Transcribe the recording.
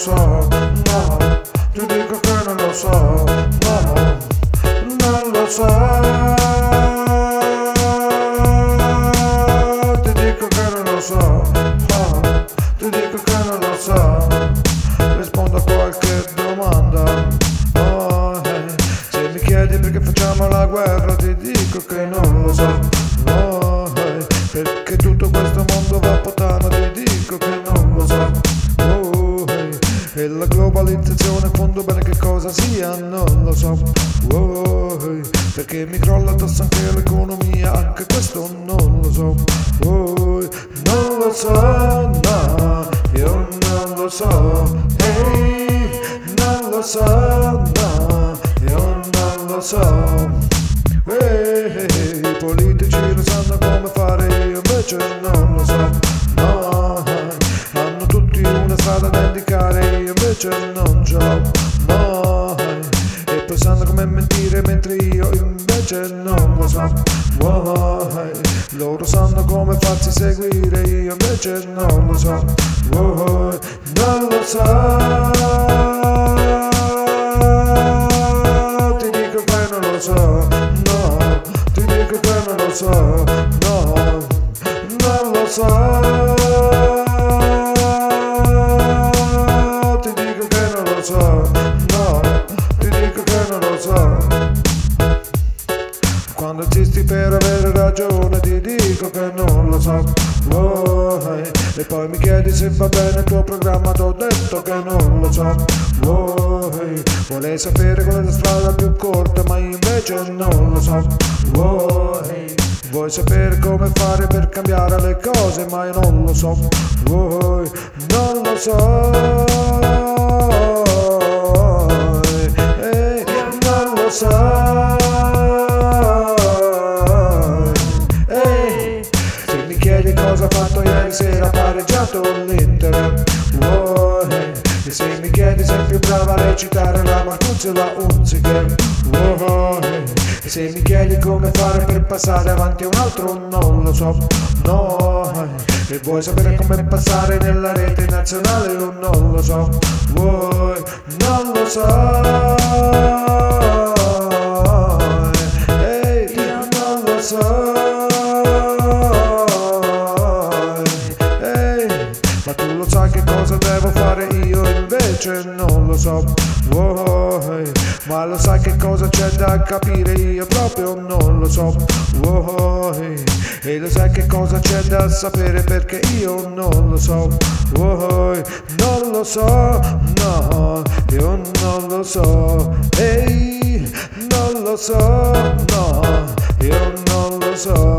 so, no, ti dico che non lo so, no, non lo so, ti dico che non lo so, no, ti dico che non lo so, rispondo a qualche domanda, oh, se mi chiedi perché facciamo la guerra ti dico che non lo so, oh, perché tutto questo mondo va a puttana ti dico che non lo so, oh, e la globalizzazione in fondo bene che cosa sia non lo so, oh, perché mi crolla addosso anche l'economia, anche questo non lo so, oh, non lo so, no, io non lo so, ehi, non lo so, no, io non lo so, i politici lo sanno come fare, io invece non lo so, no, hanno tutti una strada da indicare, io invece non ce l'ho, no, e poi sanno come mentire mentre io invece non lo so, oh, loro sanno come farsi seguire, io invece non lo so, oh, non lo so, ti dico che non lo so, no, ti dico che non lo so, no, non lo so, ti dico che non lo so, no, ti dico che non lo so. Quando insisti per avere ragione ti dico che non lo so, oh, e poi mi chiedi se va bene il tuo programma, t'ho detto che non lo so, oh, vorrei sapere qual è la strada più corta ma invece non lo so, oh, vuoi sapere come fare per cambiare le cose ma io non lo so, oh, non lo so, non lo so. Cosa ho fatto ieri sera, pareggiato l'Inter, oh, e se mi chiedi sei più brava a recitare la Marcuzzi o la Hunziker, oh, e se mi chiedi come fare per passare avanti a un altro non lo so, no, e vuoi sapere come passare nella rete nazionale o non lo so, oh, non lo so, non lo so. Ma tu lo sai che cosa devo fare, io invece non lo so, oh, ma lo sai che cosa c'è da capire, io proprio non lo so, oh, e lo sai che cosa c'è da sapere perché io non lo so, oh, non lo so, no, io non lo so, ehi, non lo so, no, io non lo so.